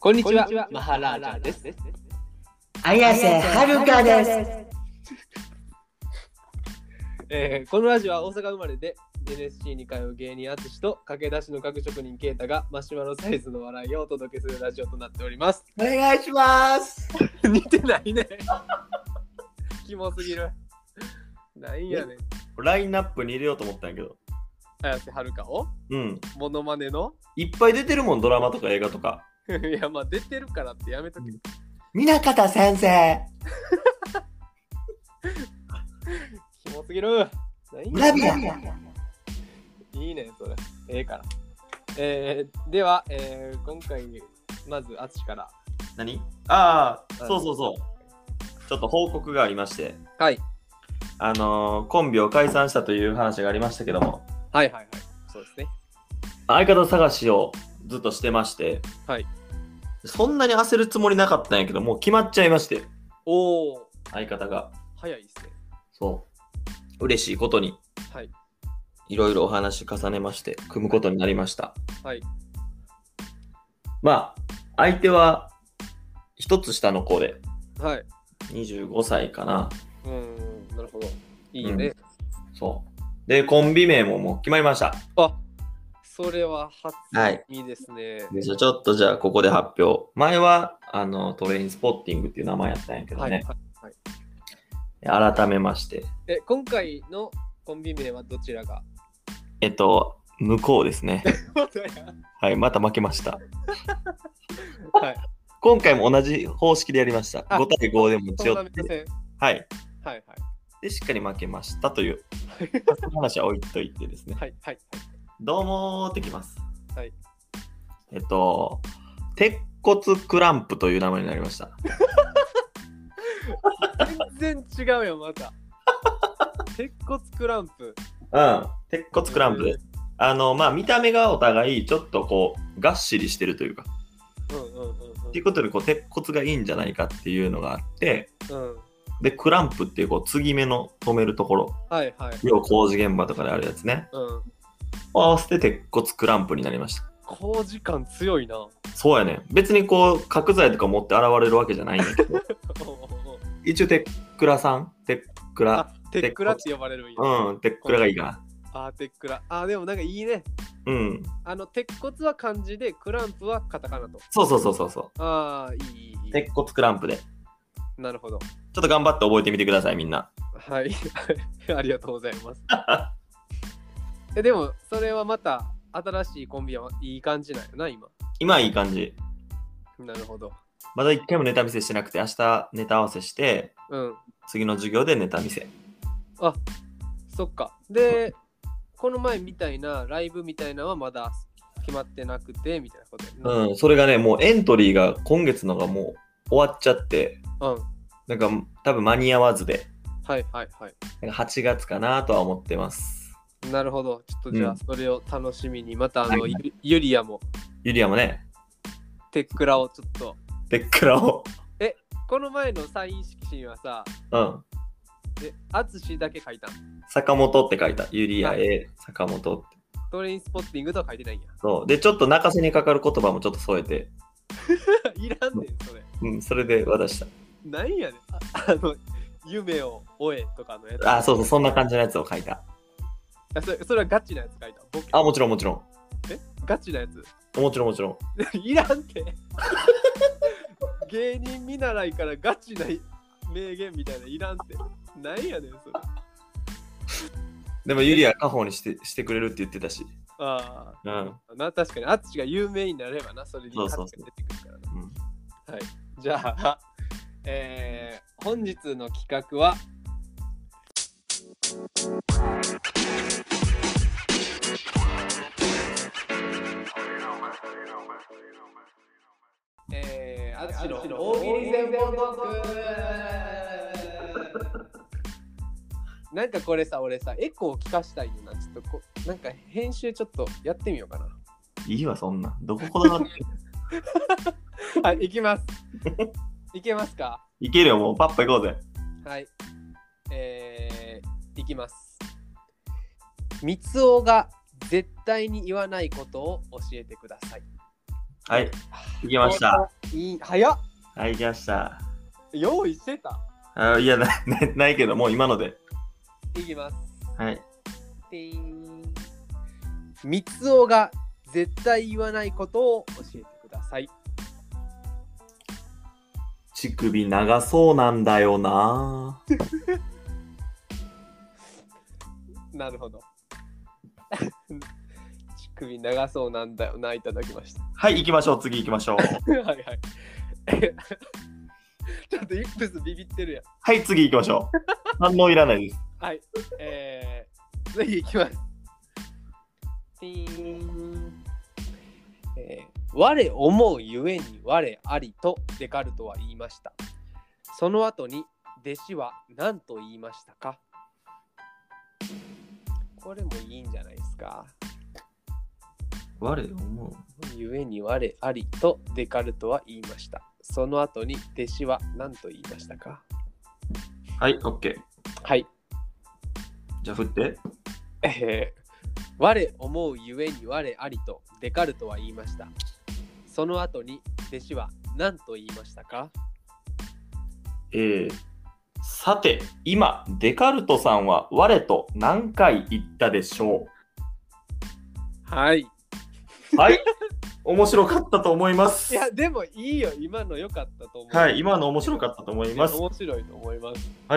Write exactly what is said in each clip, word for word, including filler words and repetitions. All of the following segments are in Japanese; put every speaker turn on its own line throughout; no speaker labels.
こんにちは、マハラージャです。
綾瀬はるかです。
えー、このラジオは大阪生まれで エヌエスシー に通う芸人あつしと駆け出しの家具職人ケイタがマシュマロサイズの笑いをお届けするラジオとなっております。
お願いします。
似てないね。キモすぎる。なんやねん。
ラインナップに入れようと思ったんやけど。
綾瀬はるかを
うん
モノマネの
いっぱい出てるもん、ドラマとか映画とか。
いやまあ出てるからってやめとけ。
南方先生。
キモすぎる。
ラビア。
いいねそれ。ええから。えー、では、えー、今回まずあつしから。
何？ああ、そうそうそう。ちょっと報告がありまして。
はい。
あのー、コンビを解散したという話がありましたけども。
はいはいはい。そうですね。
相方探しをずっとしてまして。
はい。
そんなに焦るつもりなかったんやけど、もう決まっちゃいまして。
おお。
相方が。
早いですね。
そう。嬉しいことに。
はい。
いろいろお話重ねまして、組むことになりました。
はい。
まあ、相手は一つ下の子で。
はい。
にじゅうごさいかな。
うーん、なるほど。いいね、うん。
そう。で、コンビ名ももう決まりました。
あ、それは初耳ですね。
はい、ちょっとじゃあここで発表。前はあのトレインスポッティングっていう名前やったんやけどね。はいはいはい、改めまして。
え、今回のコンビ名はどちらが？
えっと、向こうですね。はい、また負けました。はい。今回も同じ方式でやりました。ごたいごで持ち寄って。はい。はいはい。で、しっかり負けましたという。その話は置いといてですね。
はいはい。ど
うもーってきます。
はい。
えっと、鉄骨クランプという名前になりました。
全然違うよ、また。鉄骨クランプ。
うん、鉄骨クランプです。あの、まあ、見た目がお互いちょっとこう、がっしりしてるというか。うんうんうんうん。っていうことで、こう、鉄骨がいいんじゃないかっていうのがあって、うん。で、クランプっていう、こう、継ぎ目の止めるところ。はいはい。要は工事現場とかであるやつね。うん。合わせて鉄骨クランプになりました。
工事感強いな。
そうやね。別にこう角材とか持って現れるわけじゃないんだけど一応鉄クラさん鉄クラ
鉄クラって呼ばれるんや。
うん、鉄クラがいいかな。
あー、鉄クラ。あー、でもなんかいいね。
うん。
あの鉄骨は漢字でクランプはカタカナと。
そうそうそうそうそう。
ああ、いいいい。
鉄骨クランプで。
なるほど。ちょ
っと頑張って覚えてみてくださいみんな。
はい。ありがとうございます。え、でもそれはまた新しいコンビはいい感じなんよな今。
今はいい感じ。
なるほど。
まだ一回もネタ見せしてなくて、明日ネタ合わせして、うん、次の授業でネタ見せ。
あ、そっか。で、この前みたいなライブみたいなのはまだ決まってなくてみたいなことや
な。うん、それがね、もうエントリーが今月のがもう終わっちゃって、うん、なんか多分間に合わずで、
はいはいはい。
なんかはちがつかなとは思ってます。
なるほど。ちょっとじゃあそれを楽しみに、うん、またあの、はいはい、ゆ, ゆりやも。
ゆりやもね。
テックラをちょっと。
テックラを。
え、この前のサイン色紙はさ、うん。え、あつしだけ書いたん？
坂本って書いた。ゆりやえ、坂本って。
トレインスポッティングとは書いてないんや。
そう。で、ちょっと泣かせにかかる言葉もちょっと添えて。
いらんねん、それ。
うん、それで渡した。
なんやねん。あ, あの、夢を追えとかのやつ。
あ、そうそう、そんな感じのやつを書いた。
あ、それ、それはガチなやつ書いた。
ボケ。あ、もちろんもちろん。
え、ガチなやつ？
もちろんもちろん。
いらんって芸人見習いからガチな名言みたいないらんってなんやねんそれ。
でもゆりは家宝にしてしてくれるって言ってたし。
ああ、
うん、
な確かにあっちが有名になればな、それに価値が出てくるからな。うん、はい。じゃあ、えー、本日の企画はえー、あっちの大喜利専門トーク。なんかこれさ、俺さ、エコー聞かしたいよな。ちょっとこなんか編集ちょっとやってみようかな。
いいわ、そんな。どここだわって。
はい、行きます。いけますか？
いけるよ、もうパッパ行こうぜ。
はい。えー、いきます。みつおが絶対に言わないことを教えてください。
はい、行きました。
いい早っ。
はい、行きました。
用意してた？
あいやな、ないけど、もう今ので。
いきます。
はい。
てーん。みつおが絶対言わないことを教えてください。
乳首長そうなんだよな。
なるほど。乳首長そうなんだよな、いただきました。
はい、行きましょう。次行きましょう。
はいはい。ちょっとイップスビビってるやん。
はい、次行きましょう。反応いらないです。
はい。えー、次行きます。ティーン。えー、我思うゆえに我ありとデカルトは言いました。その後に弟子は何と言いましたか？これもいいんじゃないですか。
我思う
ゆえに我ありとデカルトは言いました。その後に弟子は何と言いましたか？
はい、OK。
はい。
じゃあ振って。
えー、我思うゆえに我ありとデカルトは言いました。その後に弟子は何と言いましたか？
えー、さて、今、デカルトさんは我と何回言ったでしょ
う？はい。
はい。面白かったと思います。
いや、でもいいよ。今の良かったと思う。
はい、今の面白かったと思います。
面白いと思います。
はい。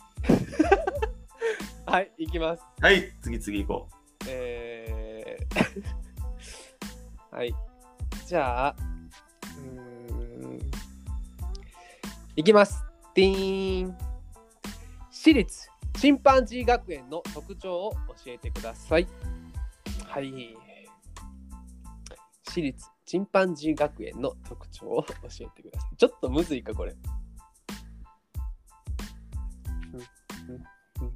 はい、行きます。
はい、次次行こう。
えー、はい。じゃあ、うーん。行きます。ティーン。私立チンパンジー学園の特徴を教えてください。はい。私立チンパンジー学園の特徴を教えてください。ちょっとむずいかこれ。うんうんうん、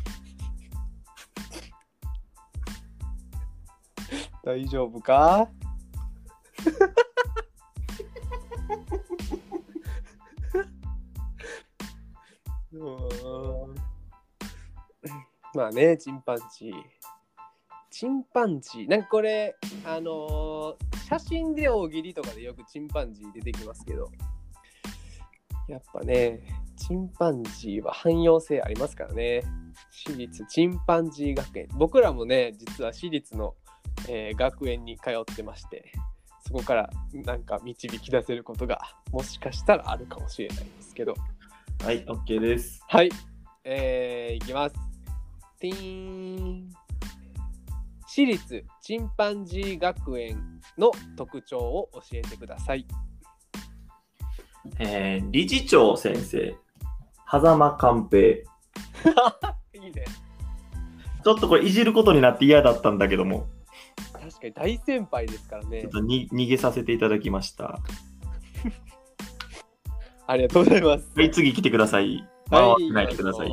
大丈夫か？まあね、チンパンジー。チンパンジー。なんかこれ、あのー、写真で大喜利とかでよくチンパンジー出てきますけど、やっぱね、チンパンジーは汎用性ありますからね。私立チンパンジー学園。僕らもね、実は私立の、えー、学園に通ってまして、そこからなんか導き出せることがもしかしたらあるかもしれないですけど。
はい、OK です。
はい、えー、いきます。ティーン。私立チンパンジー学園の特徴を教えてください。
えー、理事長先生、狭間寛平。い
いね。
ちょっとこれいじることになって嫌だったんだけども。
確かに大先輩ですからね。
ちょっとに逃げさせていただきました。
ありがとうございます。
はい、次来てください。回ってないでください。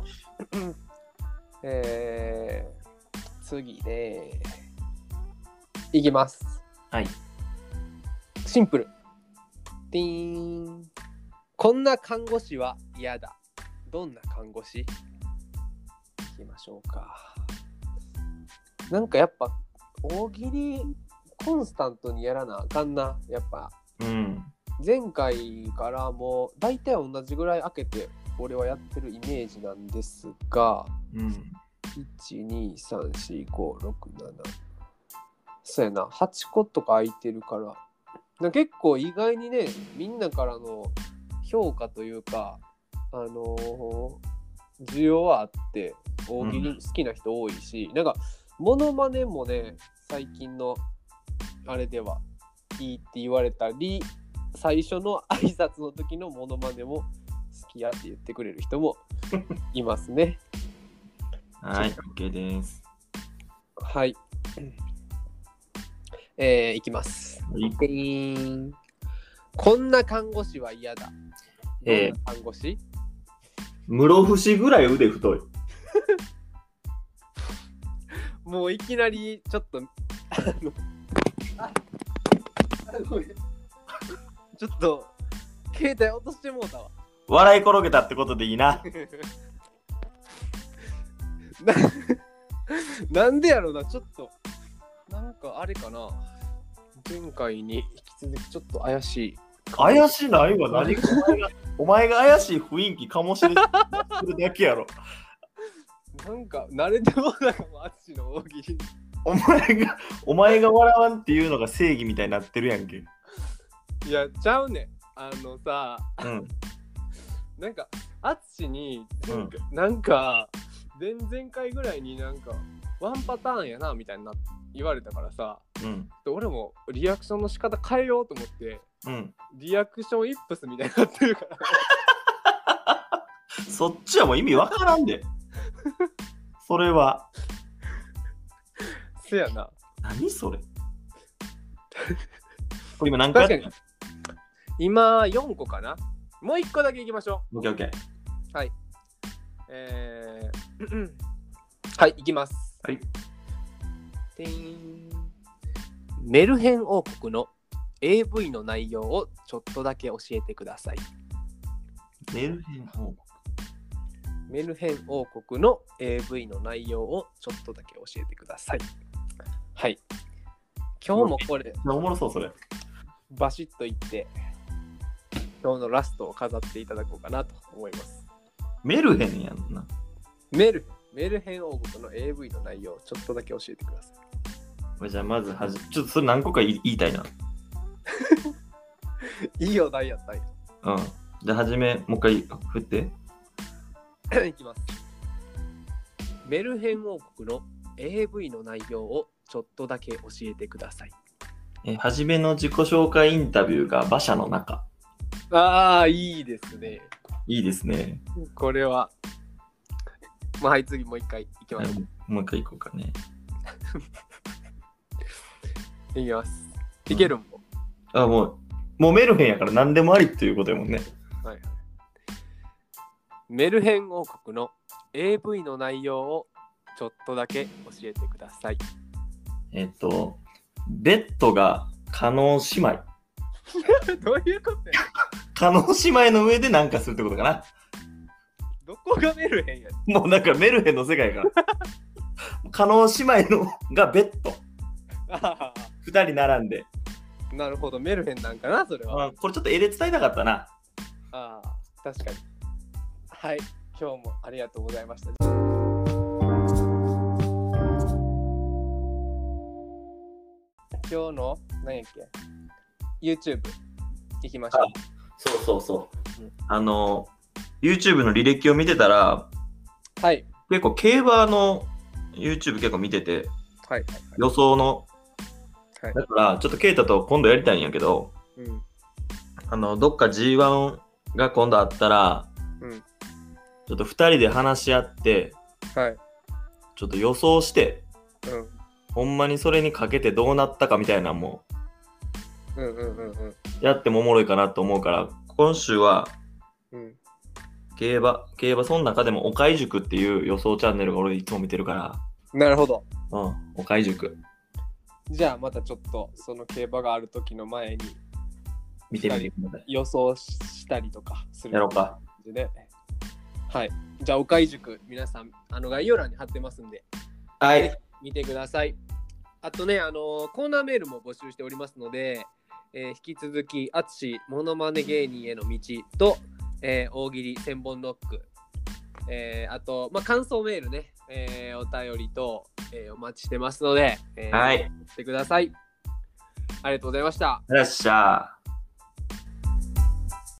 えー、次ね。いきます。
はい。
シンプル。ティーン。こんな看護師は嫌だ。どんな看護師？いきましょうか。なんかやっぱ大喜利コンスタントにやらなあかんな。やっぱ。
うん。
前回からもだいたい同じぐらい開けて俺はやってるイメージなんですが、
うん、
いち、に、さん、よん、ご、ろく、ななそうやなはちことか空いてるからな結構意外にねみんなからの評価というかあのー、需要はあって大喜利好きな人多いし、うん、なんかモノマネもね最近のあれではいいって言われたり最初の挨拶の時のモノマネも好きやって言ってくれる人もいますね。
はい、OK です。
はい。えー、いきます。
はい、
こんな看護師は嫌だ。えー、看護師？
室伏ぐらい腕太い。
もういきなりちょっとあのあごめん。ちょっと携帯落としてもうたわ。
笑い転げたってことでいいな。
な, なんでやろうなちょっとなんかあれかな前回に引き続きちょっと怪しい。
怪しいないわ。何がお前がお前が怪しい雰囲気かもしれないるだけやろ。
なんか慣れてもなんかもうあっちの大喜利。
お前がお前が笑わんっていうのが正義みたいになってるやんけ。
いやちゃうねん。あのさ、
うん、
なんかあっちに、
うん、
なんか前々回ぐらいになんかワンパターンやなみたいな言われたからさ、
うん、
で俺もリアクションの仕方変えようと思って、
うん、
リアクションイップスみたいになってるから
そっちはもう意味わからんでそれは
せやな。
何それこれ今何回やったの？
今よんこかな。もういっこだけいきましょ
う。オッケーオッケー。
はい。えー、はい、いきます。
はい。
てーん。メルヘン王国の エーブイ の内容をちょっとだけ教えてください。
メルヘン王国。
メルヘン王国の エーブイ の内容をちょっとだけ教えてください。はい。今日もこれ、
おもろそうそれ。
バシッといって、今日のラストを飾っていただこうかなと思います。
メルヘンやんな。
メルメルヘン王国の エーブイ の内容をちょっとだけ教えてくださ
い。じゃあまずはじ、ちょっとそれ何個か言いたいな。
いいお題やったんや。
うん。じゃあはじめ、もう一回振って。
いきます。メルヘン王国の エーブイ の内容をちょっとだけ教えてください。
え、はじめの自己紹介インタビューが馬車の中。
ああ、いいですね。
いいですね。
これは。まあ、はい、次もう一回いきます。
もう一回いこうかね。
いきます。いけるんも、
うん、あ、もう、もうメルヘンやから何でもありっていうことやもんね。
はいはい。メルヘン王国の エーブイ の内容をちょっとだけ教えてください。
えっと、ベッドが加納姉妹。
どういうことや？
加納姉妹の上でなんかするってことかな。
どこがメルヘンや？
もうなんかメルヘンの世界から。加納姉妹のがベッド。ふたり並んで。
なるほど、メルヘンなんかな、それは。
あ、これちょっと絵で伝えたかったな。
ああ、確かに。はい、今日もありがとうございました。今日の何やっけ YouTube 行きましょう。
そうそうそう、うん、あの YouTube の履歴を見てたら、
はい、
結構競馬の YouTube 結構見てて、
はいはいはい、
予想の、はい、だからちょっとケイタと今度やりたいんやけど、
うん、
あのどっか ジーワン が今度あったら、うん、ちょっとふたりで話し合って、
はい、
ちょっと予想して、
うん、
ほんまにそれにかけてどうなったかみたいなのも、
うんうんうんうん、
やってもおもろいかなと思うから、今週は、
うん、
競馬、競馬、その中でもおかい塾っていう予想チャンネルが俺いつも見てるから。
なるほど。
うん、おかい塾。
じゃあまたちょっとその競馬がある時の前に
見てみてください。
予想したりとかする。
やろうか。
で、はい。じゃあおかい塾、皆さんあの概要欄に貼ってますんで、
はい。
見てください。あとね、あのー、コーナーメールも募集しておりますので、えー、引き続きあつしモノマネ芸人への道と、えー、大喜利千本ノック、えー、あと、まあ、感想メールね、えー、お便りと、えー、お待ちしてますので、えー、
はい。
送ってください。ありがとうございました。
よっしゃー。